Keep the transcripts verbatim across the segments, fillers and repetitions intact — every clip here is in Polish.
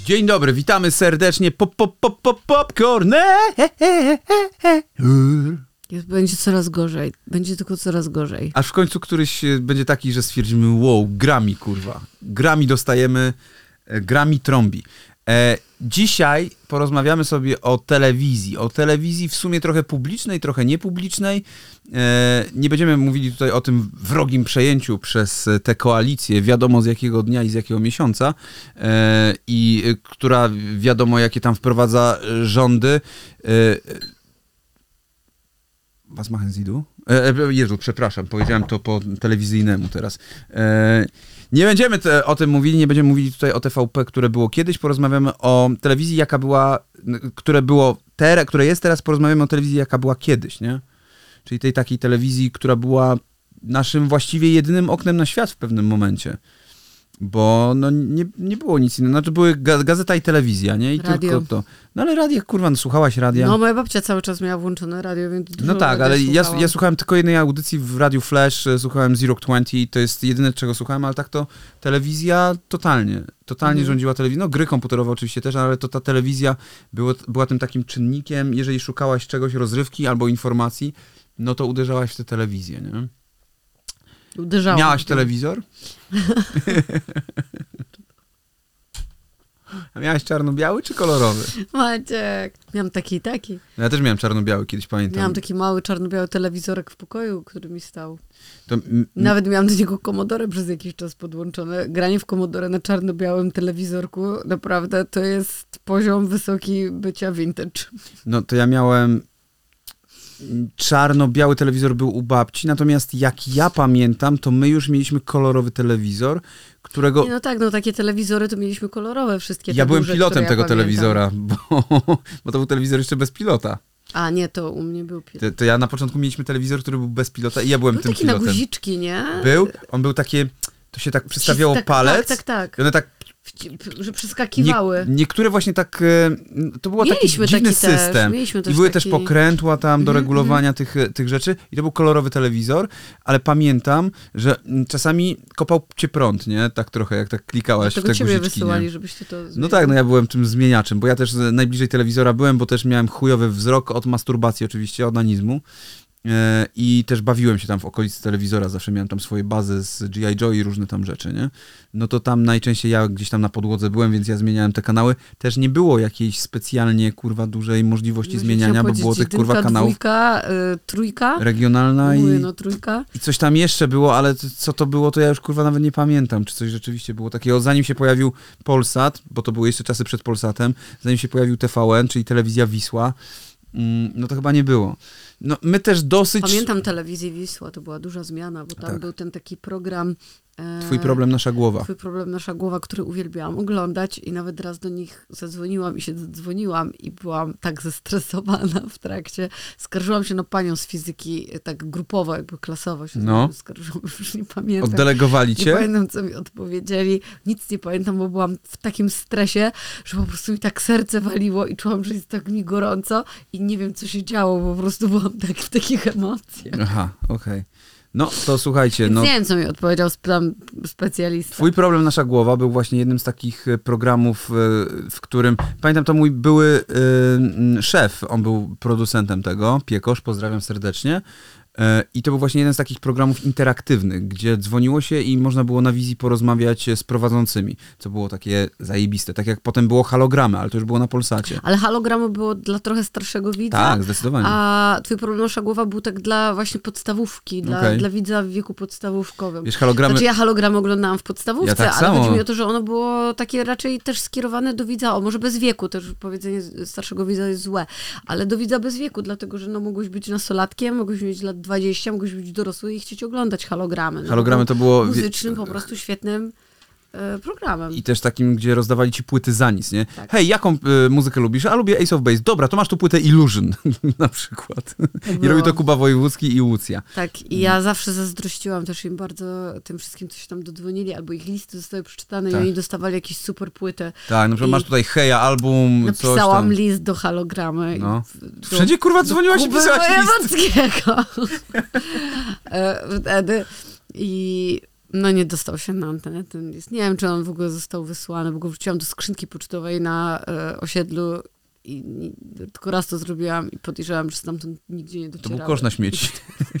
Dzień dobry, witamy serdecznie. Pop, pop, pop, pop, popcorn. Będzie coraz gorzej. Będzie tylko coraz gorzej. Aż w końcu któryś będzie taki, że stwierdzimy, wow, Grammy, kurwa. Grammy dostajemy, Grammy trąbi. E, dzisiaj porozmawiamy sobie o telewizji. O telewizji w sumie trochę publicznej, trochę niepublicznej. E, nie będziemy mówili tutaj o tym wrogim przejęciu przez tę koalicję, wiadomo z jakiego dnia i z jakiego miesiąca, e, i która wiadomo jakie tam wprowadza rządy. E, Was machen Sie du? E, Jezu, przepraszam, powiedziałem to po telewizyjnemu teraz. E, nie będziemy te, o tym mówili, nie będziemy mówili tutaj o T V P, które było kiedyś, porozmawiamy o telewizji, jaka była, które było, ter, które jest teraz, porozmawiamy o telewizji, jaka była kiedyś, nie? Czyli tej takiej telewizji, która była naszym właściwie jedynym oknem na świat w pewnym momencie. Bo no, nie, nie było nic innego. Znaczy były ga- gazeta i telewizja, nie? I radio. tylko to. No ale radio, kurwa, no, słuchałaś radia? No moja babcia cały czas miała włączone radio, więc dużo No tak, ale ja, słuchałam. ja słuchałem tylko jednej audycji w Radiu Flash, słuchałem Zero dwadzieścia, to jest jedyne, czego słuchałem, ale tak to telewizja totalnie, totalnie Mhm. rządziła telewizją. No gry komputerowe oczywiście też, ale to ta telewizja było, była tym takim czynnikiem, jeżeli szukałaś czegoś, rozrywki albo informacji, no to uderzałaś w tę telewizję, nie? Uderzałam. Miałaś telewizor? A miałaś czarno-biały czy kolorowy? Maciek. Miałam taki i taki. No ja też miałem czarno-biały, kiedyś pamiętam. Miałam taki mały czarno-biały telewizorek w pokoju, który mi stał. To, m- Nawet miałam do niego Commodore przez jakiś czas podłączone. Granie w Commodore na czarno-białym telewizorku, naprawdę to jest poziom wysoki bycia vintage. No to ja miałem czarno-biały telewizor był u babci, natomiast jak ja pamiętam, to my już mieliśmy kolorowy telewizor, którego... Nie, no tak, no takie telewizory to mieliśmy kolorowe wszystkie. Ja te byłem duże, pilotem które ja tego pamiętam. telewizora, bo, bo to był telewizor jeszcze bez pilota. A nie, to u mnie był pilot. To, to ja na początku mieliśmy telewizor, który był bez pilota i ja byłem Był tym taki na pilotem. guziczki, nie? Był, on był takie, to się tak przystawiało tak, palec. Tak, tak, tak. I one tak... Że przeskakiwały. Nie, niektóre właśnie tak, e, to był taki Mieliśmy dziwny taki też, system. mieliśmy I też były taki... też pokrętła tam do Mhm, regulowania tych, tych rzeczy. I to był kolorowy telewizor, ale pamiętam, że czasami kopał cię prąd, nie? Tak trochę, jak tak klikałaś w Dlatego te ciebie guziczki, wysyłali, nie? żebyś ty to zmienił. No tak, no ja byłem tym zmieniaczem, bo ja też najbliżej telewizora byłem, bo też miałem chujowy wzrok od masturbacji oczywiście, od onanizmu. I też bawiłem się tam w okolicy telewizora, zawsze miałem tam swoje bazy z G I Joe i różne tam rzeczy, nie? No to tam najczęściej ja gdzieś tam na podłodze byłem, więc ja zmieniałem te kanały. Też nie było jakiejś specjalnie, kurwa, dużej możliwości No, zmieniania, bo było tych, kurwa, kanałów. Dwójka, y, trójka. Regionalna i, Mówię, no trójka. i coś tam jeszcze było, ale co to było, to ja już, kurwa, nawet nie pamiętam, czy coś rzeczywiście było takiego. Zanim się pojawił Polsat, bo to były jeszcze czasy przed Polsatem, zanim się pojawił T V N, czyli telewizja Wisła, no to chyba nie było. No, my też dosyć... Pamiętam telewizję Wisła, to była duża zmiana, bo tam Tak. był ten taki program... E, Twój problem, nasza głowa. Twój problem, nasza głowa, który uwielbiałam oglądać i nawet raz do nich zadzwoniłam i się zadzwoniłam i byłam tak zestresowana w trakcie. Skarżyłam się na panią z fizyki, tak grupowo, jakby klasowo się No. skarżyłam, już nie pamiętam. Oddelegowali Nie cię? pamiętam, co mi odpowiedzieli. Nic nie pamiętam, bo byłam w takim stresie, że po prostu mi tak serce waliło i czułam, że jest tak mi gorąco i nie wiem, co się działo, bo po prostu byłam tak w takich emocjach. Aha, okej. No to słuchajcie, Więc no nie wiem, co mi odpowiedział tam specjalista. Twój problem, nasza głowa był właśnie jednym z takich e, programów, e, w którym, pamiętam to mój były e, szef, on był producentem tego, Piekosz, pozdrawiam serdecznie. I to był właśnie jeden z takich programów interaktywnych, gdzie dzwoniło się i można było na wizji porozmawiać z prowadzącymi, co było takie zajebiste. Tak jak potem było Halogramy, ale to już było na Polsacie. Ale Halogramu było dla trochę starszego widza. Tak, zdecydowanie. A Twój problem, nasza głowa był tak dla właśnie podstawówki, dla, Okej. dla widza w wieku podstawówkowym. Wiesz, Halogramy... Znaczy ja Halogramy oglądałam w podstawówce, Ja tak ale samo. chodzi mi o to, że ono było takie raczej też skierowane do widza, o może bez wieku, też powiedzenie starszego widza jest złe, ale do widza bez wieku, dlatego, że no mogłeś być nastolatkiem, mogłeś mieć lat dwadzieścia, mogłeś być dorosły i chcieć oglądać Halogramy. No, Halogramy to było... muzycznym, po prostu świetnym e, programem. I też takim, gdzie rozdawali ci płyty za nic, nie? Tak. Hej, jaką y, muzykę lubisz? A lubię Ace of Base. Dobra, to masz tu płytę Illusion na przykład. Tak I było. robi to Kuba Wojewódzki i Łucja. Tak, i ja zawsze zazdrościłam też im bardzo tym wszystkim, co się tam dodzwonili, albo ich listy zostały przeczytane Tak. i oni dostawali jakieś super płyty. Tak, na przykład I masz tutaj Heja, album, coś Napisałam tam. list do Halogramy. No. I do, Wszędzie, kurwa, dzwoniłaś i Kuby pisałaś list. Wojewódzkiego. E, Wtedy. I No nie dostał się na antenę ten list. Nie wiem, czy on w ogóle został wysłany, bo go wrzuciłam do skrzynki pocztowej na e, osiedlu i, i tylko raz to zrobiłam i podejrzewam, że stamtąd nigdzie nie To docierało. był kosz na śmieci.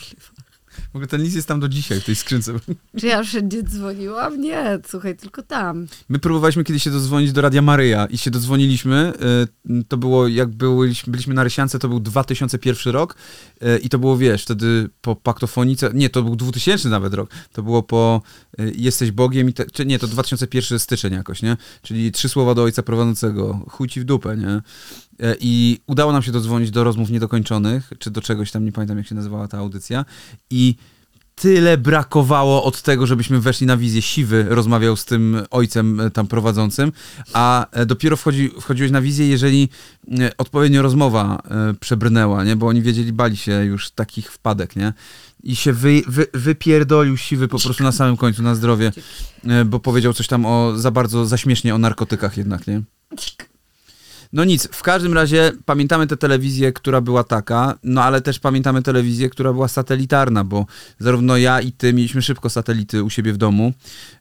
W ogóle ten list jest tam do dzisiaj w tej skrzynce. Czy ja wszędzie dzwoniłam? Nie, słuchaj, tylko tam. My próbowaliśmy kiedyś się dodzwonić do Radia Maryja i się dodzwoniliśmy. To było, jak byliśmy, byliśmy na Rysiance, to był dwa tysiące pierwszy rok i to było, wiesz, wtedy po paktofonice, nie, to był dwutysięczny nawet rok, to było po Jesteś Bogiem, i te, czy nie, to dwa tysiące pierwszy styczeń jakoś, nie? Czyli trzy słowa do Ojca Prowadzącego, chuj ci w dupę, nie? I udało nam się dodzwonić do rozmów niedokończonych, czy do czegoś tam, nie pamiętam jak się nazywała ta audycja. I tyle brakowało od tego, żebyśmy weszli na wizję. Siwy rozmawiał z tym ojcem tam prowadzącym, a dopiero wchodzi, wchodziłeś na wizję, jeżeli odpowiednio rozmowa przebrnęła, nie? Bo oni wiedzieli, bali się już takich wpadek, nie? I się wy, wy, wypierdolił Siwy po prostu na samym końcu, na zdrowie, bo powiedział coś tam o, za bardzo, za śmiesznie o narkotykach jednak, nie? No nic, w każdym razie pamiętamy tę telewizję, która była taka, no ale też pamiętamy telewizję, która była satelitarna, bo zarówno ja i ty mieliśmy szybko satelity u siebie w domu,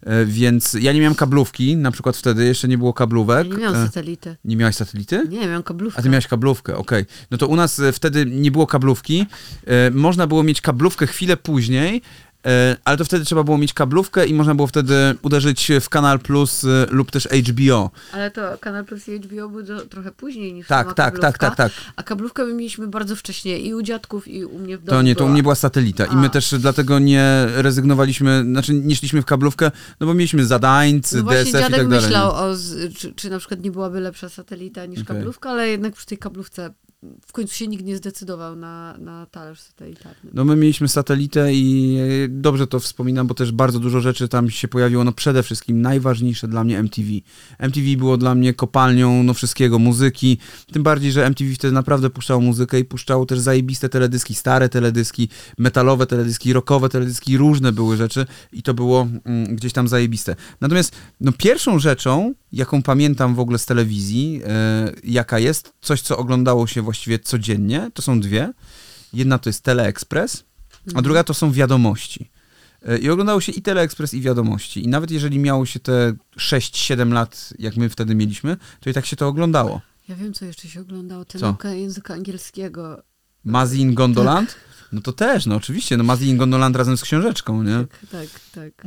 więc ja nie miałem kablówki, na przykład wtedy jeszcze nie było kablówek. Ja nie miałam satelity. Nie miałeś satelity? Nie, miałam kablówkę. A ty miałeś kablówkę, okej. Okay. No to u nas wtedy nie było kablówki, można było mieć kablówkę chwilę później, ale to wtedy trzeba było mieć kablówkę i można było wtedy uderzyć w Kanal Plus lub też H B O. Ale to Kanal Plus i H B O były do, trochę później niż tak, sama tak, kablówka. tak, tak, tak. A kablówkę my mieliśmy bardzo wcześnie i u dziadków, i u mnie w domu. To nie, to była. u mnie była satelita i A. my też dlatego nie rezygnowaliśmy, znaczy nie szliśmy w kablówkę, no bo mieliśmy Zadańcy, no D S właśnie F i tak dziadek dalej. myślał, o, z, czy, czy na przykład nie byłaby lepsza satelita niż Okay. kablówka, ale jednak przy tej kablówce w końcu się nikt nie zdecydował na, na talerz satelitarny. No my mieliśmy satelitę i dobrze to wspominam, bo też bardzo dużo rzeczy tam się pojawiło. No przede wszystkim najważniejsze dla mnie M T V. M T V było dla mnie kopalnią no wszystkiego, muzyki. Tym bardziej, że M T V wtedy naprawdę puszczało muzykę i puszczało też zajebiste teledyski, stare teledyski, metalowe teledyski, rockowe teledyski, różne były rzeczy i to było mm, gdzieś tam zajebiste. Natomiast no pierwszą rzeczą, jaką pamiętam w ogóle z telewizji, e, jaka jest, coś co oglądało się właściwie codziennie, to są dwie. Jedna to jest Teleexpress, a druga to są wiadomości. I oglądało się i Teleexpress, i wiadomości. I nawet jeżeli miało się te sześć siedem lat, jak my wtedy mieliśmy, to i tak się to oglądało. Ja wiem, co jeszcze się oglądało. Tę Co? naukę języka angielskiego. Mazzy in Gondoland? No to też, no oczywiście. No Mazzy in Gondoland razem z książeczką, nie? Tak, tak, tak.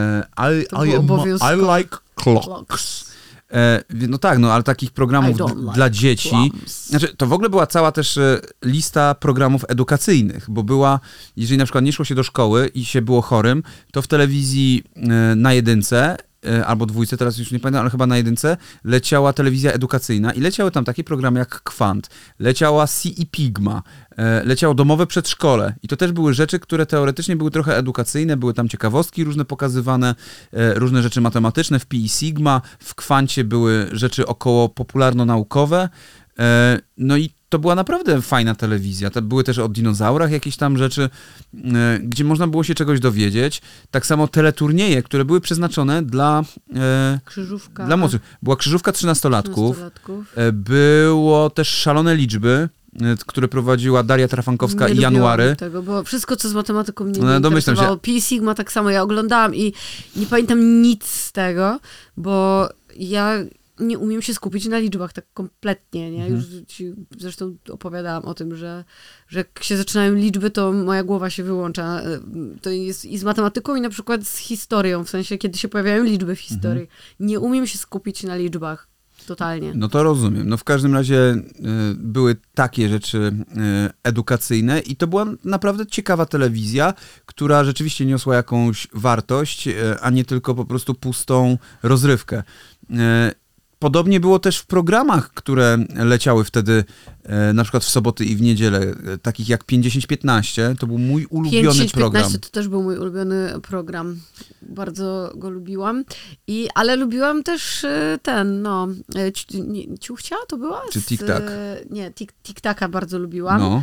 E, I, To I, było I, obowiązkowe. I like clocks. E, no tak, no ale takich programów d- like dla dzieci. plums. Znaczy, to w ogóle była cała też e, lista programów edukacyjnych, bo była, jeżeli na przykład nie szło się do szkoły i się było chorym, to w telewizji e, na jedynce e, albo dwójce, teraz już nie pamiętam, ale chyba na jedynce, leciała telewizja edukacyjna i leciały tam takie programy jak Kwant, leciała C i Pigma, e, leciało domowe przedszkole i to też były rzeczy, które teoretycznie były trochę edukacyjne, były tam ciekawostki różne pokazywane, e, różne rzeczy matematyczne, w Pi i Sigma, w Kwancie były rzeczy około popularno-naukowe, e, no i to była naprawdę fajna telewizja. To były też o dinozaurach jakieś tam rzeczy, e, gdzie można było się czegoś dowiedzieć. Tak samo teleturnieje, które były przeznaczone dla e, Krzyżówka. dla młodszych. Była krzyżówka trzynastolatków, trzynastolatków. e, było też Szalone Liczby, e, które prowadziła Daria Trafankowska Nie i lubiłam January. tego, bo wszystko, co z matematyką mnie No, nie domyślam interesowało. się. Pi Sigma tak samo ja oglądałam i nie pamiętam nic z tego, bo ja nie umiem się skupić na liczbach tak kompletnie, nie? Mhm. Już ci zresztą opowiadałam o tym, że, że jak się zaczynają liczby, to moja głowa się wyłącza. To jest i z matematyką, i na przykład z historią, w sensie, kiedy się pojawiają liczby w historii. Mhm. Nie umiem się skupić na liczbach. Totalnie. No to rozumiem. No w każdym razie y, były takie rzeczy y, edukacyjne i to była naprawdę ciekawa telewizja, która rzeczywiście niosła jakąś wartość, y, a nie tylko po prostu pustą rozrywkę. Y, Podobnie było też w programach, które leciały wtedy, e, na przykład w soboty i w niedzielę, e, takich jak pięć dziesięć piętnaście, to był mój ulubiony pięć program. piętnaście to też był mój ulubiony program. Bardzo go lubiłam. I, ale lubiłam też e, ten, no, e, ci, nie, Ciuchcia to była? Czy Z, Tik-Tak? e, Nie, tik, Tik-Taka bardzo lubiłam. No.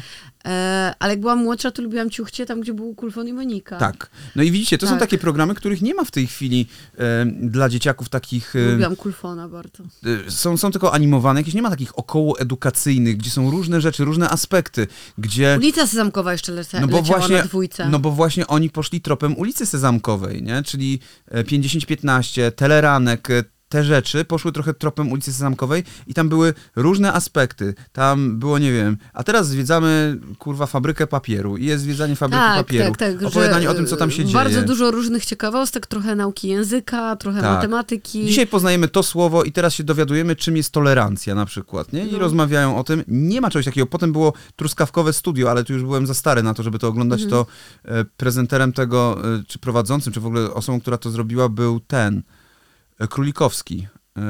E, ale jak byłam młodsza, to lubiłam Ciuchcie, tam gdzie był Kulfon i Monika. Tak. No i widzicie, to Tak. są takie programy, których nie ma w tej chwili e, dla dzieciaków takich... E, Lubiłam Kulfona bardzo. Są, są tylko animowane, jakieś nie ma takich około edukacyjnych, gdzie są różne rzeczy, różne aspekty, gdzie... Ulica Sezamkowa jeszcze lece, no bo leciała właśnie, na dwójce. No bo właśnie oni poszli tropem ulicy Sezamkowej, nie? Czyli pięćdziesiąt piętnaście, Teleranek, te rzeczy poszły trochę tropem ulicy Sezamkowej i tam były różne aspekty. Tam było, nie wiem, a teraz zwiedzamy, kurwa, fabrykę papieru i jest zwiedzanie fabryki tak, papieru. Tak, tak, opowiadanie o tym, co tam się dzieje. Bardzo dużo różnych ciekawostek, trochę nauki języka, trochę tak. matematyki. Dzisiaj poznajemy to słowo i teraz się dowiadujemy, czym jest tolerancja na przykład, nie? I no. rozmawiają o tym. Nie ma czegoś takiego. Potem było truskawkowe studio, ale tu już byłem za stary na to, żeby to oglądać. Mhm. To e, prezenterem tego, e, czy prowadzącym, czy w ogóle osobą, która to zrobiła, był ten... Królikowski.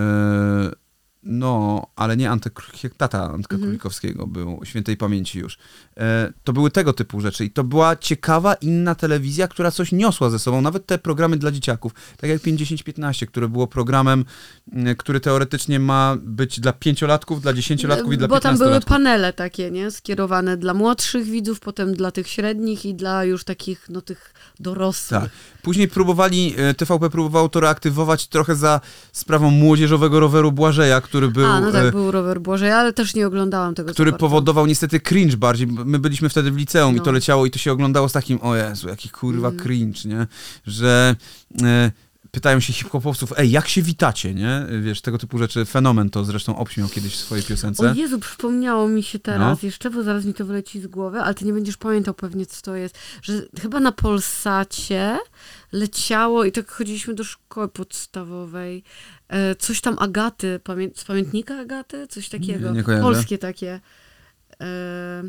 No, ale nie Antykrólikowski, tata Antka mhm. Królikowskiego był, świętej pamięci już. To były tego typu rzeczy i to była ciekawa, inna telewizja, która coś niosła ze sobą, nawet te programy dla dzieciaków, tak jak pięćdziesiąt piętnaście, które było programem, który teoretycznie ma być dla pięciolatków, dla dziesięciolatków i dla Bo tam były piętnastolatków. panele takie, nie? Skierowane dla młodszych widzów, potem dla tych średnich i dla już takich, no tych dorosłych. Tak. Później próbowali, T V P próbowało to reaktywować trochę za sprawą młodzieżowego roweru Błażeja, który był... A, no tak, e, był rower Błażeja, ale też nie oglądałam tego. Który powodował niestety cringe bardziej. My byliśmy wtedy w liceum no. i to leciało i to się oglądało z takim, o Jezu, jaki kurwa mm. cringe, nie? Że... E, pytają się hip-hopowców, ej, jak się witacie, nie? Wiesz, tego typu rzeczy. Fenomen to zresztą obśmiał kiedyś w swojej piosence. O Jezu, przypomniało mi się teraz no. jeszcze, bo zaraz mi to wyleci z głowy, ale ty nie będziesz pamiętał pewnie, co to jest, że chyba na Polsacie leciało i tak chodziliśmy do szkoły podstawowej, e, coś tam Agaty, pamię- z pamiętnika Agaty? Coś takiego. Nie, nie kojarzę. Polskie takie. E,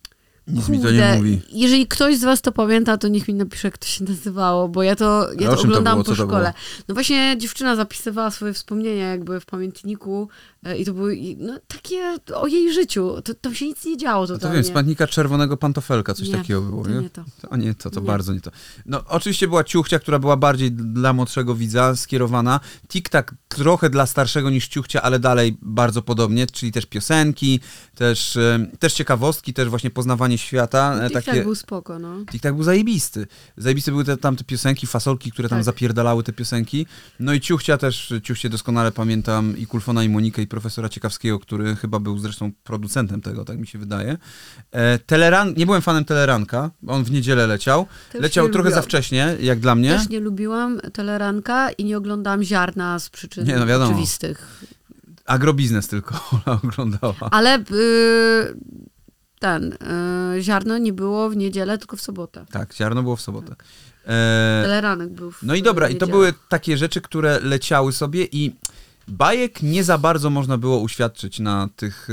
Nic Kurde, mi to nie mówi. Jeżeli ktoś z was to pamięta, to niech mi napisze, jak to się nazywało, bo ja to, ja to oglądałam po szkole. No właśnie dziewczyna zapisywała swoje wspomnienia jakby w pamiętniku i to były no, takie o jej życiu. To, tam się nic nie działo totalnie. No to wiem, z pamiętnika Czerwonego Pantofelka coś nie, takiego było, to nie? nie to. to nie to, to nie. bardzo nie to. No oczywiście była Ciuchcia, która była bardziej dla młodszego widza skierowana. Tik-tak trochę dla starszego niż Ciuchcia, ale dalej bardzo podobnie, czyli też piosenki, też, też ciekawostki, też właśnie poznawanie świata. Tik-tak takie... był spoko, no. Tik-tak był zajebisty. Zajebiste były te, tam te piosenki, fasolki, które tam tak. zapierdalały te piosenki. No i Ciuchcia też, Ciuchcie doskonale pamiętam i Kulfona i Monikę i profesora Ciekawskiego, który chyba był zresztą producentem tego, tak mi się wydaje. E, Teleran, nie byłem fanem Teleranka, on w niedzielę leciał. Też leciał trochę lubiłam. za wcześnie, jak dla mnie. Też nie lubiłam Teleranka i nie oglądałam Ziarna z przyczyn nie, no wiadomo. oczywistych. Agrobiznes tylko Ola oglądała. Ale y, ten, y, Ziarno nie było w niedzielę, tylko w sobotę. Tak, Ziarno było w sobotę. Tak. E, Teleranek był w No i dobra, niedzielę. i to były takie rzeczy, które leciały sobie i bajek nie za bardzo można było uświadczyć na tych,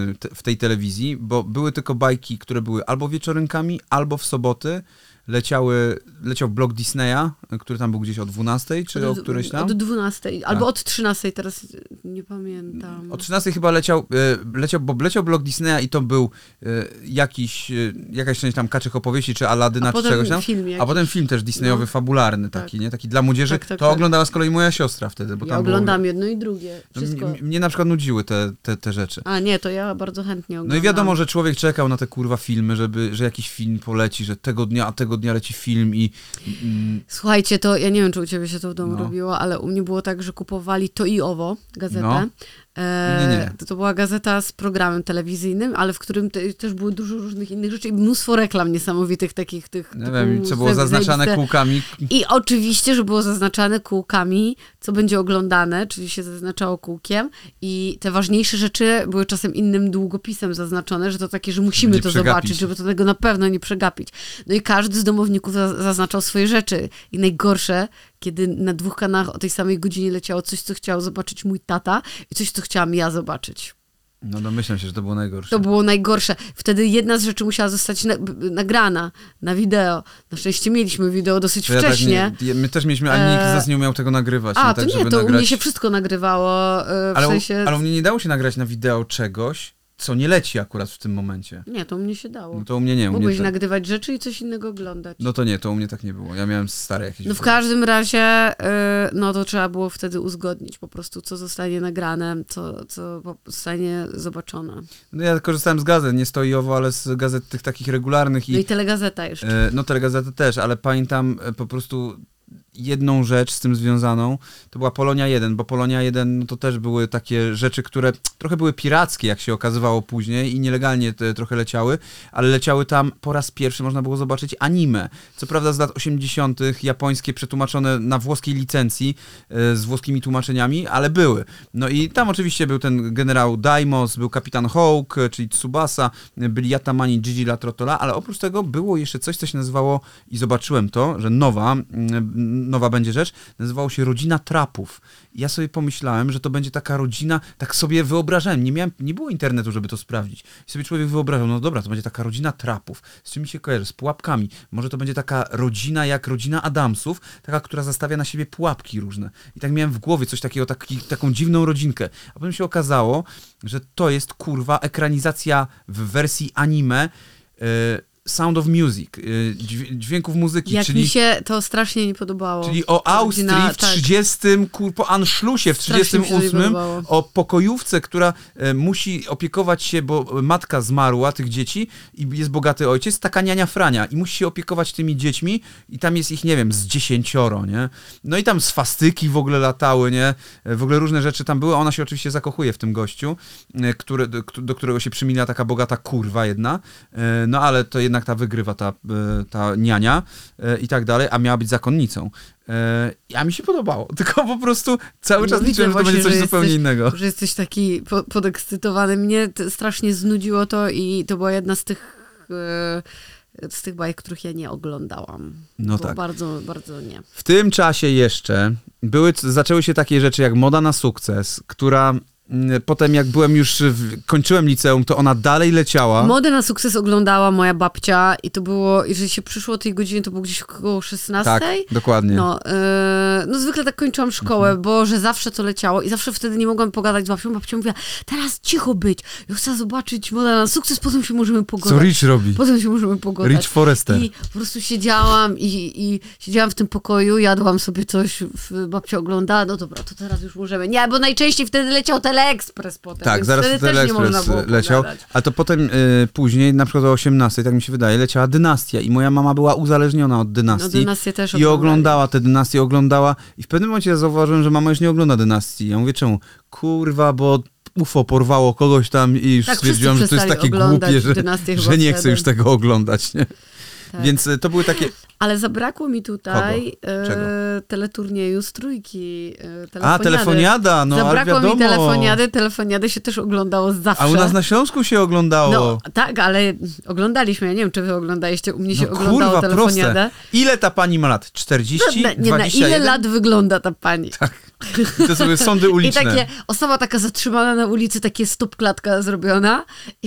w tej telewizji, bo były tylko bajki, które były albo wieczorynkami, albo w soboty. Leciały, leciał blok Disneya, który tam był gdzieś o dwunastej, czy od, o którejś tam? Od dwunastej, albo tak. od trzynastej, teraz nie pamiętam. O trzynastej chyba leciał, leciał, bo leciał blok Disneya i to był jakiś, jakaś część tam Kaczych Opowieści, czy Aladyna, a czy czegoś tam. Film a potem film też Disneyowy, no. fabularny taki, tak. nie? Taki dla młodzieży. Tak, tak, to tak. oglądała z kolei moja siostra wtedy. Bo ja tam oglądam było... jedno i drugie. Wszystko. M- mnie na przykład nudziły te, te, te rzeczy. A nie, to ja bardzo chętnie oglądam. No i wiadomo, że człowiek czekał na te kurwa filmy, żeby, że jakiś film poleci, że tego dnia, a tego dnia leci film i... Mm. Słuchajcie, to ja nie wiem, czy u ciebie się to w domu no. robiło, ale u mnie było tak, że kupowali To i Owo, gazetę. No. E, nie, nie. To, to była gazeta z programem telewizyjnym, ale w którym te, też było dużo różnych innych rzeczy i mnóstwo reklam niesamowitych takich tych... Nie wiem, co było zaznaczane zajebiste. kółkami. I oczywiście, że było zaznaczane kółkami, co będzie oglądane, czyli się zaznaczało kółkiem i te ważniejsze rzeczy były czasem innym długopisem zaznaczone, że to takie, że musimy to zobaczyć, żeby to tego na pewno nie przegapić. No i każdy z domowników za, zaznaczał swoje rzeczy i najgorsze, kiedy na dwóch kanałach o tej samej godzinie leciało coś, co chciał zobaczyć mój tata i coś, co chciałam ja zobaczyć. No domyślam się, że to było najgorsze. To było najgorsze. Wtedy jedna z rzeczy musiała zostać na, nagrana na wideo. Na szczęście mieliśmy wideo dosyć ja wcześnie. Tak nie, my też mieliśmy, ale nikt z nas nie umiał tego nagrywać. A, nie to tak, nie, to nagrać... u mnie się wszystko nagrywało. W ale, sensie... ale u mnie nie dało się nagrać na wideo czegoś, co nie leci akurat w tym momencie. Nie, to u mnie się dało. No to u mnie nie. U Mogłeś mnie tak... nagrywać rzeczy i coś innego oglądać. No to nie, to u mnie tak nie było. Ja miałem stare jakieś... No w każdym razie, yy, no to trzeba było wtedy uzgodnić po prostu, co zostanie nagrane, co, co zostanie zobaczone. No ja korzystałem z gazet, nie stojowo, ale z gazet tych takich regularnych. I, no i telegazeta jeszcze. Yy, no telegazeta też, ale pamiętam po prostu... jedną rzecz z tym związaną, to była Polonia jeden, bo Polonia jeden no to też były takie rzeczy, które trochę były pirackie, jak się okazywało później i nielegalnie te trochę leciały, ale leciały tam po raz pierwszy, można było zobaczyć anime. Co prawda z lat osiemdziesiątych japońskie przetłumaczone na włoskiej licencji e, z włoskimi tłumaczeniami, ale były. No i tam oczywiście był ten generał Daimos, był kapitan Hawk, czyli Tsubasa, byli Yatamani, Gigi La Trottola, ale oprócz tego było jeszcze coś, co się nazywało, i zobaczyłem to, że nowa, nowa będzie rzecz, nazywało się Rodzina Trapów. I ja sobie pomyślałem, że to będzie taka rodzina, tak sobie wyobrażałem, nie miałem, nie było internetu, żeby to sprawdzić. I sobie człowiek wyobrażał, no dobra, to będzie taka rodzina trapów. Z czym mi się kojarzy? Z pułapkami. Może to będzie taka rodzina jak rodzina Adamsów, taka, która zastawia na siebie pułapki różne. I tak miałem w głowie coś takiego, taki, taką dziwną rodzinkę. A potem się okazało, że to jest kurwa ekranizacja w wersji anime yy, Sound of Music, dźwięków muzyki. Jak czyli, mi się to strasznie nie podobało. Czyli o Austrii w trzydziestym, kur, po Anschlussie w trzydziestym ósmym, o pokojówce, która e, musi opiekować się, bo matka zmarła tych dzieci i jest bogaty ojciec, taka niania Frania i musi się opiekować tymi dziećmi i tam jest ich, nie wiem, z dziesięcioro, nie? No i tam swastyki w ogóle latały, nie? W ogóle różne rzeczy tam były, ona się oczywiście zakochuje w tym gościu, e, który, do, do którego się przymila taka bogata kurwa jedna, e, no ale to jednak ta wygrywa ta, ta niania i tak dalej, a miała być zakonnicą. A mi się podobało, tylko po prostu cały czas no, liczyłem, że to będzie coś zupełnie jesteś, innego. Że jesteś taki po, podekscytowany. Mnie strasznie znudziło to i to była jedna z tych z tych bajek, których ja nie oglądałam. No tak. Bardzo, bardzo nie. W tym czasie jeszcze były, zaczęły się takie rzeczy jak Moda na sukces, która potem jak byłem już, w, kończyłem liceum, to ona dalej leciała. Modę na sukces oglądała moja babcia i to było, jeżeli się przyszło o tej godzinie, to było gdzieś około szesnastej. Tak, dokładnie. No, yy, no zwykle tak kończyłam szkołę, mhm. bo że zawsze to leciało i zawsze wtedy nie mogłam pogadać z babcią. Babcia mówiła, teraz cicho być, ja chcę zobaczyć Modę na sukces, potem się możemy pogadać. Co Rich robi? Potem się możemy pogadać. Rich Forrester. I po prostu siedziałam i, i siedziałam w tym pokoju, jadłam sobie coś, babcia oglądała, no dobra, to teraz już możemy. Nie, bo najczęściej wtedy leciał Teleekspres potem. Tak, zaraz Teleekspres leciał, a to potem y, później, na przykład o osiemnastej, tak mi się wydaje, leciała Dynastia i moja mama była uzależniona od Dynastii. No, Dynastię też i oglądała tę Dynastię, oglądała i w pewnym momencie ja zauważyłem, że mama już nie ogląda Dynastii. Ja mówię, czemu? Kurwa, bo U F O porwało kogoś tam i już tak, stwierdziłam, że to jest takie głupie, że, że nie chcę już tego oglądać, nie? Tak. Więc to były takie... Ale zabrakło mi tutaj e, teleturnieju z trójki. E, telefoniady. A, telefoniada, no zabrakło ale wiadomo. mi telefoniady, telefoniady się też oglądało zawsze. A u nas na Śląsku się oglądało. No tak, ale oglądaliśmy, ja nie wiem, czy wy oglądaliście, u mnie się no, oglądało kurwa, telefoniadę. Proste. Ile ta pani ma lat? czterdzieści? No, nie, dwadzieścia jeden? Na ile lat wygląda ta pani? Tak. I to sobie sądy uliczne. I takie, osoba taka zatrzymana na ulicy, takie stopklatka zrobiona. I...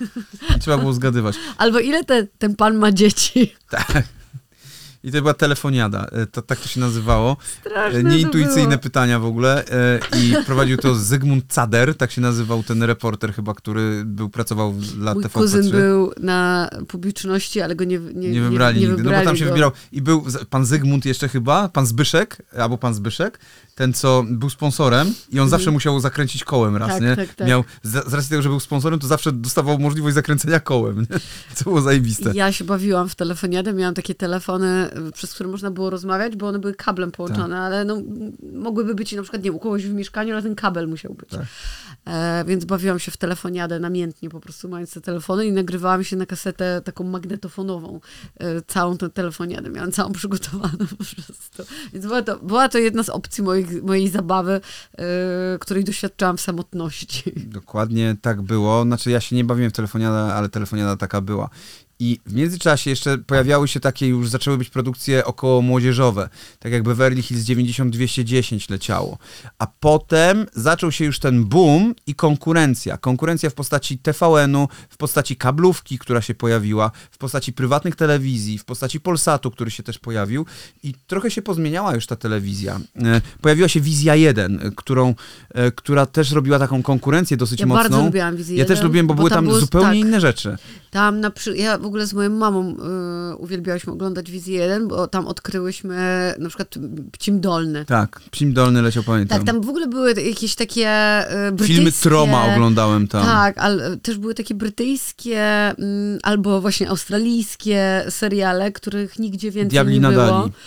I trzeba było zgadywać. Albo ile te, ten pan ma dzieci? Tak. I to była telefoniada, to, tak to się nazywało. Straszne Nieintuicyjne pytania w ogóle. I prowadził to Zygmunt Cader, tak się nazywał ten reporter chyba, który był, pracował dla Mój T V P trzy. kuzyn był na publiczności, ale go nie Nie, nie wybrali nie, nie nigdy, wybrali no bo tam się go. wybierał. I był pan Zygmunt jeszcze chyba, pan Zbyszek, albo pan Zbyszek, ten co był sponsorem i on mm. zawsze musiał zakręcić kołem raz, tak, nie? Tak, tak. Miał, z, z racji tego, że był sponsorem, to zawsze dostawał możliwość zakręcenia kołem, nie? To było zajebiste. Ja się bawiłam w telefoniadę, miałam takie telefony, przez które można było rozmawiać, bo one były kablem połączone, tak. ale no, mogłyby być na przykład, nie u kogoś w mieszkaniu, ale ten kabel musiał być. Tak. E, więc bawiłam się w telefoniadę namiętnie, po prostu mając te telefony i nagrywałam się na kasetę taką magnetofonową, e, całą tę telefoniadę. Miałam całą przygotowaną po prostu. Więc była to, była to jedna z opcji moich, mojej zabawy, e, której doświadczałam w samotności. Dokładnie tak było. Znaczy ja się nie bawiłem w telefoniadę, ale telefoniada taka była. I w międzyczasie jeszcze pojawiały się takie, już zaczęły być produkcje około młodzieżowe, tak jak Beverly Hills dziewięćdziesiąt dwieście dziesięć leciało. A potem zaczął się już ten boom i konkurencja. Konkurencja w postaci T V N-u, w postaci kablówki, która się pojawiła, w postaci prywatnych telewizji, w postaci Polsatu, który się też pojawił. I trochę się pozmieniała już ta telewizja. Pojawiła się Wizja jeden, którą, która też robiła taką konkurencję dosyć ja mocną. Ja bardzo lubiłam Wizję jeden. Ja też lubiłem, bo, bo były tam, tam zupełnie tak, inne rzeczy. Tam na przy... Ja w ogóle z moją mamą y, uwielbiałyśmy oglądać Wizję jeden, bo tam odkryłyśmy na przykład Pcim Dolny. Tak, Pcim Dolny leciał, pamiętam. Tak, tam w ogóle były jakieś takie y, brytyjskie... Filmy Troma oglądałem tam. Tak, ale też były takie brytyjskie y, albo właśnie australijskie seriale, których nigdzie więcej Diabli nie nadali. było.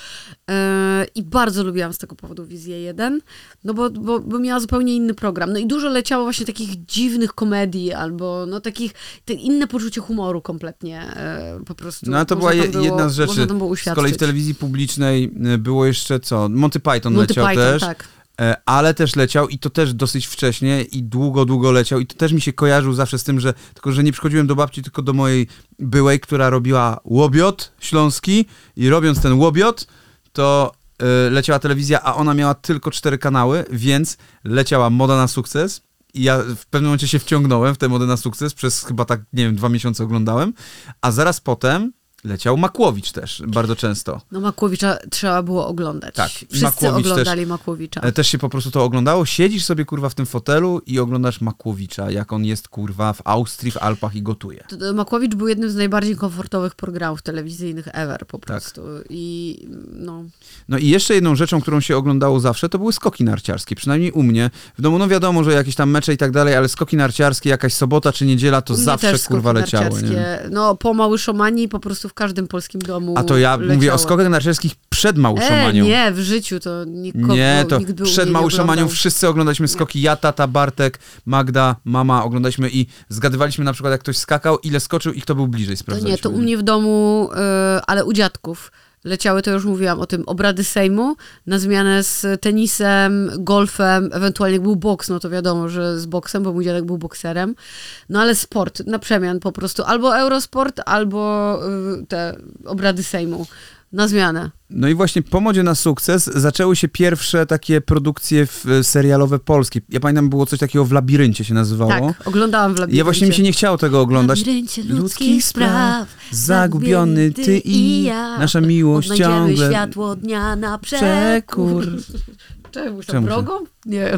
I bardzo lubiłam z tego powodu Wizję jeden, no bo, bo, bo miała zupełnie inny program. No i dużo leciało właśnie takich dziwnych komedii, albo no takich, te inne poczucie humoru kompletnie e, po prostu. No a to była je, było, jedna z rzeczy. Z kolei w telewizji publicznej było jeszcze co? Monty Python Monty leciał Python, też. Tak. Ale też leciał i to też dosyć wcześnie i długo, długo leciał i to też mi się kojarzył zawsze z tym, że tylko, że nie przychodziłem do babci, tylko do mojej byłej, która robiła łobiot śląski i robiąc ten łobiot, to y, leciała telewizja, a ona miała tylko cztery kanały, więc leciała Moda na sukces i ja w pewnym momencie się wciągnąłem w tę Modę na sukces, przez chyba tak, nie wiem, dwa miesiące oglądałem, a zaraz potem leciał Makłowicz też, bardzo często. No Makłowicza trzeba było oglądać. Tak. Wszyscy Makłowicz oglądali też, Makłowicza. Też się po prostu to oglądało. Siedzisz sobie, kurwa, w tym fotelu i oglądasz Makłowicza, jak on jest, kurwa, w Austrii, w Alpach i gotuje. Makłowicz był jednym z najbardziej komfortowych programów telewizyjnych ever, po prostu. Tak. I no... No i jeszcze jedną rzeczą, którą się oglądało zawsze, to były skoki narciarskie. Przynajmniej u mnie. W domu, no wiadomo, że jakieś tam mecze i tak dalej, ale skoki narciarskie, jakaś sobota czy niedziela, to zawsze, kurwa, leciało. Nie? No, po Małyszomanii po prostu w każdym polskim domu A to ja leciało. Mówię o skokach narciarskich przed Małyszomanią. E, nie, w życiu to nikogo, nie, to nikt był przed nie Małyszomanią wszyscy oglądaliśmy skoki. Ja, tata, Bartek, Magda, mama oglądaliśmy i zgadywaliśmy na przykład, jak ktoś skakał, ile skoczył i kto był bliżej, sprawdzaliśmy. To nie, to u mnie w domu, yy, ale u dziadków leciały, to już mówiłam o tym, obrady Sejmu na zmianę z tenisem, golfem, ewentualnie jak był boks, no to wiadomo, że z boksem, bo mój dziadek był bokserem. No ale sport, na przemian po prostu. Albo Eurosport, albo yy, te obrady Sejmu. Na zmianę. No i właśnie po Modzie na sukces zaczęły się pierwsze takie produkcje w, serialowe polskie. Ja pamiętam, było coś takiego w Labiryncie się nazywało. Tak, oglądałam w Labiryncie. Ja właśnie mi się nie chciało tego oglądać. W labiryncie ludzkich spraw, zagubiony ty i ja, nasza miłość ciągle. Światło dnia na przekór. Czemu? Czemu drogą? Nie wiem.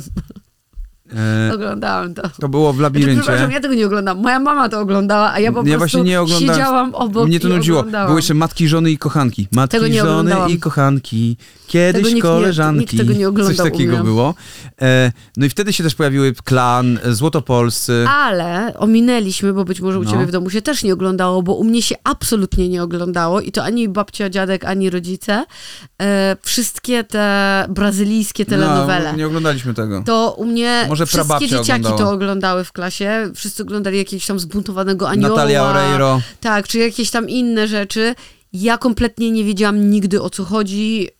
E, Oglądałam to. To było w Labiryncie. Znaczy, przepraszam, ja tego nie oglądam. Moja mama to oglądała, a ja po ja prostu nie siedziałam obok. Mnie to nudziło. Oglądałam. Były jeszcze Matki, Żony i Kochanki. Matki, tego nie Żony oglądałam. i Kochanki. Kiedyś nikt koleżanki. Nie, nikt tego nie oglądał. Coś takiego umiem. było. E, no i wtedy się też pojawiły Klan, Złotopolscy. Ale ominęliśmy, bo być może u no. ciebie w domu się też nie oglądało, bo u mnie się absolutnie nie oglądało i to ani babcia, dziadek, ani rodzice. E, wszystkie te brazylijskie telenowele. No, nie oglądaliśmy tego. To u mnie może wszystkie dzieciaki oglądała. to oglądały w klasie. Wszyscy oglądali jakiegoś tam zbuntowanego anioła. Natalia Oreiro. Tak, czy jakieś tam inne rzeczy. Ja kompletnie nie wiedziałam nigdy, o co chodzi, yy,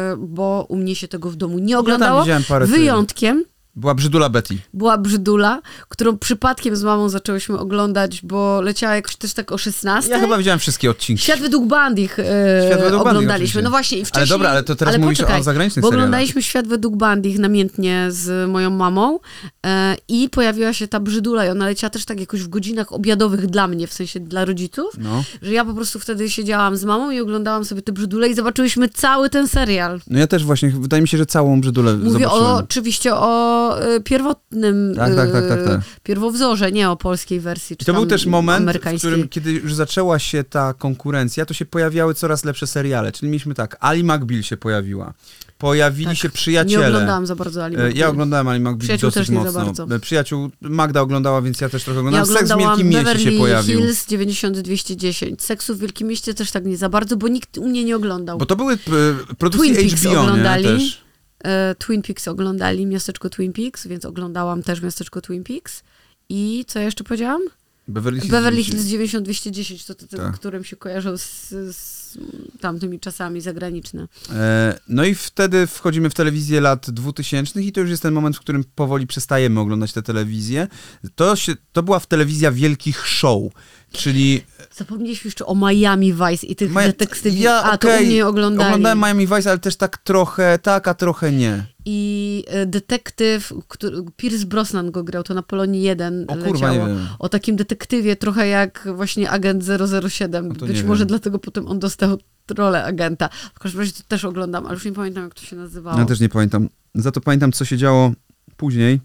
bo u mnie się tego w domu nie oglądało. Ja tam widziałem parę Wyjątkiem była Brzydula Betty. Była Brzydula, którą przypadkiem z mamą zaczęłyśmy oglądać, bo leciała jakoś też tak o szesnastej. Ja chyba widziałem wszystkie odcinki. Świat według Bandich e, Świat według oglądaliśmy. Bandich, no właśnie i wcześniej... Ale dobra, ale to teraz ale mówisz poczekaj, o zagranicznych bo serialach. oglądaliśmy Świat według Bandich namiętnie z moją mamą e, i pojawiła się ta Brzydula i ona leciała też tak jakoś w godzinach obiadowych dla mnie, w sensie dla rodziców, no. że ja po prostu wtedy siedziałam z mamą i oglądałam sobie tę Brzydulę i zobaczyłyśmy cały ten serial. No ja też właśnie, wydaje mi się, że całą Brzydulę Mówię zobaczyłem. o, oczywiście o y, pierwotnym tak, tak, tak, tak, tak. pierwowzorze, nie o polskiej wersji. Czy I to był też moment, w którym, kiedy już zaczęła się ta konkurencja, to się pojawiały coraz lepsze seriale. Czyli mieliśmy tak, Ali McBeal się pojawiła. Pojawili tak, się Przyjaciele. Nie oglądałam za bardzo Ali McBeal. Ja oglądałem Ali McBeal Przyjaciół dosyć też nie mocno. za bardzo. Przyjaciół Magda oglądała, więc ja też trochę oglądałem. Ja Seks w Wielkim Mieście Beverly się pojawił. Hills dziewięćdziesiąt dwieście dziesięć. Seksu w Wielkim Mieście też tak nie za bardzo, bo nikt u mnie nie oglądał. Bo to były y, produkcje Twin H Peaks B O, oglądali. nie? Też. Twin Peaks oglądali, Miasteczko Twin Peaks, więc oglądałam też Miasteczko Twin Peaks. I co jeszcze powiedziałam? Beverly Hills, Beverly Hills dziewięćdziesiąt dwieście dziesięć, to, to, to tak. którym się kojarzą z, z tamtymi czasami zagraniczne. E, no i wtedy wchodzimy w telewizję lat dwutysięcznych i to już jest ten moment, w którym powoli przestajemy oglądać tę telewizję. To, się, to była telewizja wielkich show, czyli... Zapomnieliśmy jeszcze o Miami Vice i tych Maja... detektywów. Ja, a, okay, to u mnie oglądali. Oglądałem Miami Vice, ale też tak trochę tak, a trochę nie. I detektyw, który, Pierce Brosnan go grał, to na Polonii jeden o, leciało. Kurwa, nie wiem. O takim detektywie, trochę jak właśnie agent zero zero siedem. Być może wiem. Dlatego potem on dostał rolę agenta. W każdym razie to też oglądam, ale już nie pamiętam, jak to się nazywało. Ja też nie pamiętam. Za to pamiętam, co się działo później,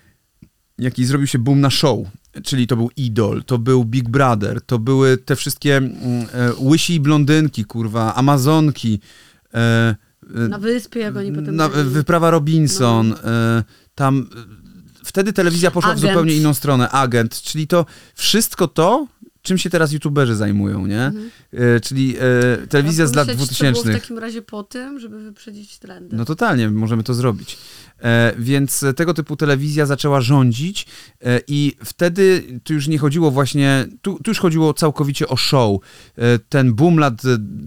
jaki zrobił się boom na show. Czyli to był Idol, to był Big Brother, to były te wszystkie mm, e, łysi i blondynki, kurwa, Amazonki. E, na wyspie, jak oni potem... Na, Wyprawa Robinson. No. E, tam... Wtedy telewizja poszła Agent. w zupełnie inną stronę. Agent. Czyli to wszystko to czym się teraz youtuberzy zajmują, nie? Mhm. E, czyli e, telewizja z lat dwutysięcznych. Co było w takim razie po tym, żeby wyprzedzić trendy. No totalnie, możemy to zrobić. E, więc tego typu telewizja zaczęła rządzić e, i wtedy tu już nie chodziło właśnie, tu, tu już chodziło całkowicie o show. E, ten boom lat...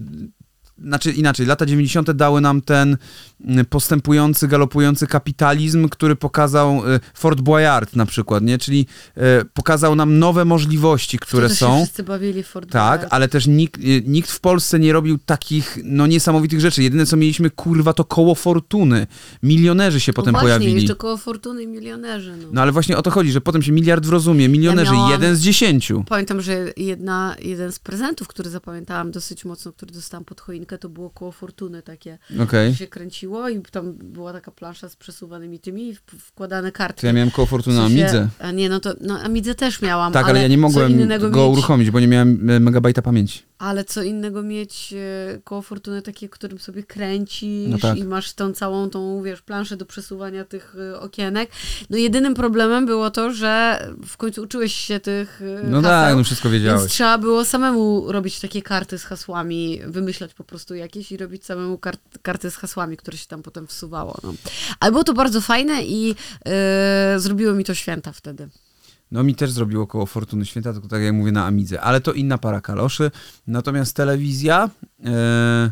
Znaczy inaczej, lata dziewięćdziesiąte dały nam ten postępujący, galopujący kapitalizm, który pokazał Fort Boyard na przykład, nie? Czyli e, pokazał nam nowe możliwości, które Wtedy są. Się wszyscy bawili w Fort Tak, Boyard. ale też nikt, nikt w Polsce nie robił takich no niesamowitych rzeczy. Jedyne co mieliśmy, kurwa, to koło fortuny. Milionerzy się no potem właśnie, pojawili. jeszcze koło fortuny i milionerzy. No. no ale właśnie o to chodzi, że potem się miliard wrozumie. Milionerzy, Ja miałam... jeden z dziesięciu. Pamiętam, że jedna, jeden z prezentów, który zapamiętałam dosyć mocno, który dostałam pod choinkę, to było koło fortuny takie, okay. się kręciło i tam była taka plansza z przesuwanymi tymi i wkładane karty. To ja miałem koło fortuny na Amidze. A nie, no to no, Amidze też miałam. Tak, ale, ale ja nie mogłem go mieć, uruchomić, bo nie miałem megabajta pamięci. Ale co innego mieć e, koło fortuny takie, którym sobie kręcisz no tak. i masz tą całą tą, wiesz, planszę do przesuwania tych e, okienek. No jedynym problemem było to, że w końcu uczyłeś się tych e, No haseł, tak, no wszystko wiedziałeś. Więc trzeba było samemu robić takie karty z hasłami, wymyślać po prostu jakieś i robić samemu kart, karty z hasłami, które się tam potem wsuwało. No. Ale było to bardzo fajne i e, zrobiło mi to święta wtedy. No mi też zrobiło koło Fortuny Święta, tylko tak jak mówię na Amidze, ale to inna para kaloszy. Natomiast telewizja e,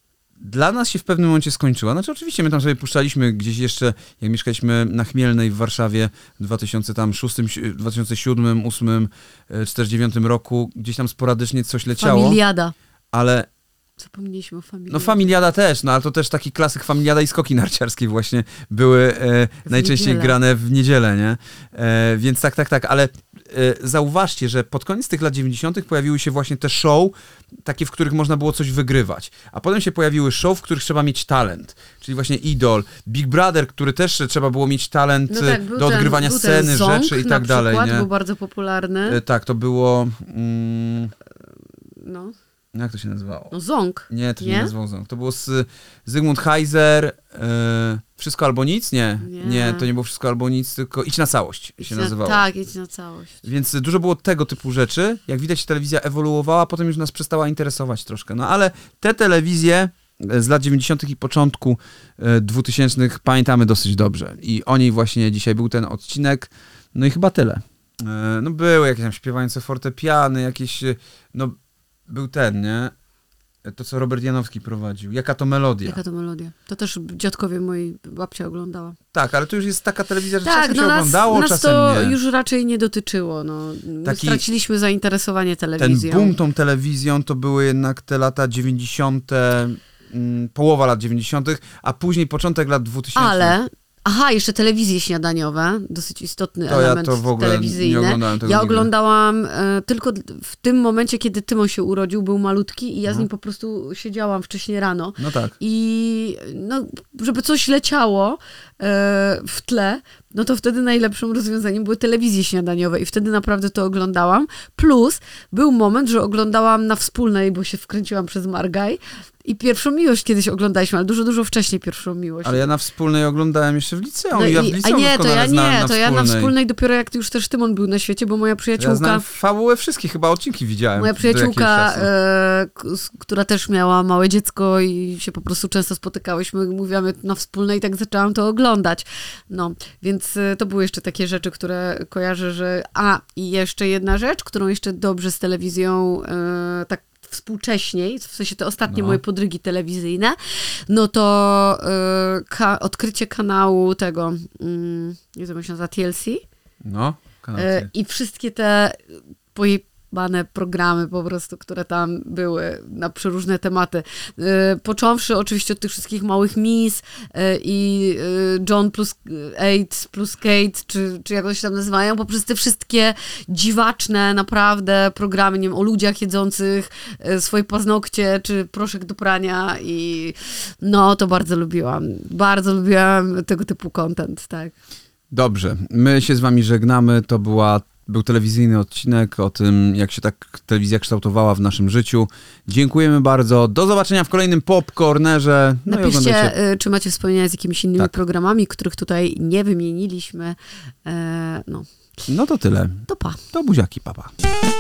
dla nas się w pewnym momencie skończyła. Znaczy oczywiście my tam sobie puszczaliśmy gdzieś jeszcze, jak mieszkaliśmy na Chmielnej w Warszawie w dwa tysiące szóstym, dwa tysiące siódmym, ósmym, czterdziestym dziewiątym roku, gdzieś tam sporadycznie coś leciało. Familiada. Ale Zapomnieliśmy o Familiadzie. No Familiada też, no ale to też taki klasyk. Familiada i skoki narciarskie właśnie były e, najczęściej niedzielę. grane w niedzielę, nie? E, więc tak, tak, tak, ale e, zauważcie, że pod koniec tych lat dziewięćdziesiątych pojawiły się właśnie te show, takie, w których można było coś wygrywać. A potem się pojawiły show, w których trzeba mieć talent. Czyli właśnie Idol, Big Brother, który też trzeba było mieć talent no tak, do odgrywania ten, sceny, Zonk, rzeczy i na tak dalej, przykład, nie? był bardzo popularny. E, tak, to było... Mm, no. Jak to się nazywało? No Zonk. Nie, to się nie nie nazywało Zonk. To było z Zygmunt Heiser, e, Wszystko albo nic? Nie. nie. Nie, to nie było Wszystko albo nic, tylko Idź na całość idź się na, nazywało. Tak, Idź na całość. Więc dużo było tego typu rzeczy. Jak widać, telewizja ewoluowała, potem już nas przestała interesować troszkę. No ale te telewizje z lat dziewięćdziesiątych i początku dwutysięcznych pamiętamy dosyć dobrze. I o niej właśnie dzisiaj był ten odcinek. No i chyba tyle. E, no były jakieś tam śpiewające fortepiany, jakieś... No był ten, nie? To, co Robert Janowski prowadził. Jaka to melodia? Jaka to melodia? To też dziadkowie moi, babcia oglądała. Tak, ale to już jest taka telewizja, że tak, czasem no się nas, oglądało, nas czasem to nie. już raczej nie dotyczyło. No. Taki, straciliśmy zainteresowanie telewizją. Ten boom tą telewizją to były jednak te lata dziewięćdziesiąte, mm, połowa lat dziewięćdziesiątych, a później początek lat dwutysięcznych. Ale... Aha, jeszcze telewizje śniadaniowe, dosyć istotny to element ja to w ogóle telewizyjny. nie oglądałem tego ja nigdy. oglądałam e, tylko w tym momencie, kiedy Tymon się urodził, był malutki i ja no. z nim po prostu siedziałam wcześniej rano. No tak. I no, żeby coś leciało e, w tle, no to wtedy najlepszym rozwiązaniem były telewizje śniadaniowe i wtedy naprawdę to oglądałam. Plus był moment, że oglądałam na Wspólnej, bo się wkręciłam przez Margaj. I Pierwszą Miłość kiedyś oglądaliśmy, ale dużo, dużo wcześniej Pierwszą Miłość. Ale ja na Wspólnej oglądałem jeszcze w liceum. No i ja w i, liceum a nie, to ja nie, na, na to ja na Wspólnej dopiero jak już też Tymon był na świecie, bo moja przyjaciółka... Ja znam fabułę wszystkich, chyba odcinki widziałem. Moja przyjaciółka, e, k- która też miała małe dziecko i się po prostu często spotykałyśmy, mówiłam na Wspólnej i tak zaczęłam to oglądać. No, więc e, to były jeszcze takie rzeczy, które kojarzę, że... A, i jeszcze jedna rzecz, którą jeszcze dobrze z telewizją e, tak współcześniej, w sensie te ostatnie no. moje podrygi telewizyjne, no to y, ka- odkrycie kanału tego, mm, nie wiem, jak się nazywa, T L C. No, kanał y, I wszystkie te pojebane programy po prostu, które tam były na przeróżne tematy. Y, począwszy oczywiście od tych wszystkich małych Miss y, i y, John plus Eight plus Kate, czy, czy jak to się tam nazywają, poprzez te wszystkie dziwaczne naprawdę programy, nie wiem, o ludziach jedzących y, swoje paznokcie, czy proszek do prania i no, to bardzo lubiłam. Bardzo lubiłam tego typu content, tak. Dobrze, my się z wami żegnamy, to była Był telewizyjny odcinek o tym, jak się tak telewizja kształtowała w naszym życiu. Dziękujemy bardzo. Do zobaczenia w kolejnym Popcornerze. No Napiszcie, czy macie wspomnienia z jakimiś innymi tak. programami, których tutaj nie wymieniliśmy. E, no. no to tyle. To pa. To buziaki, papa.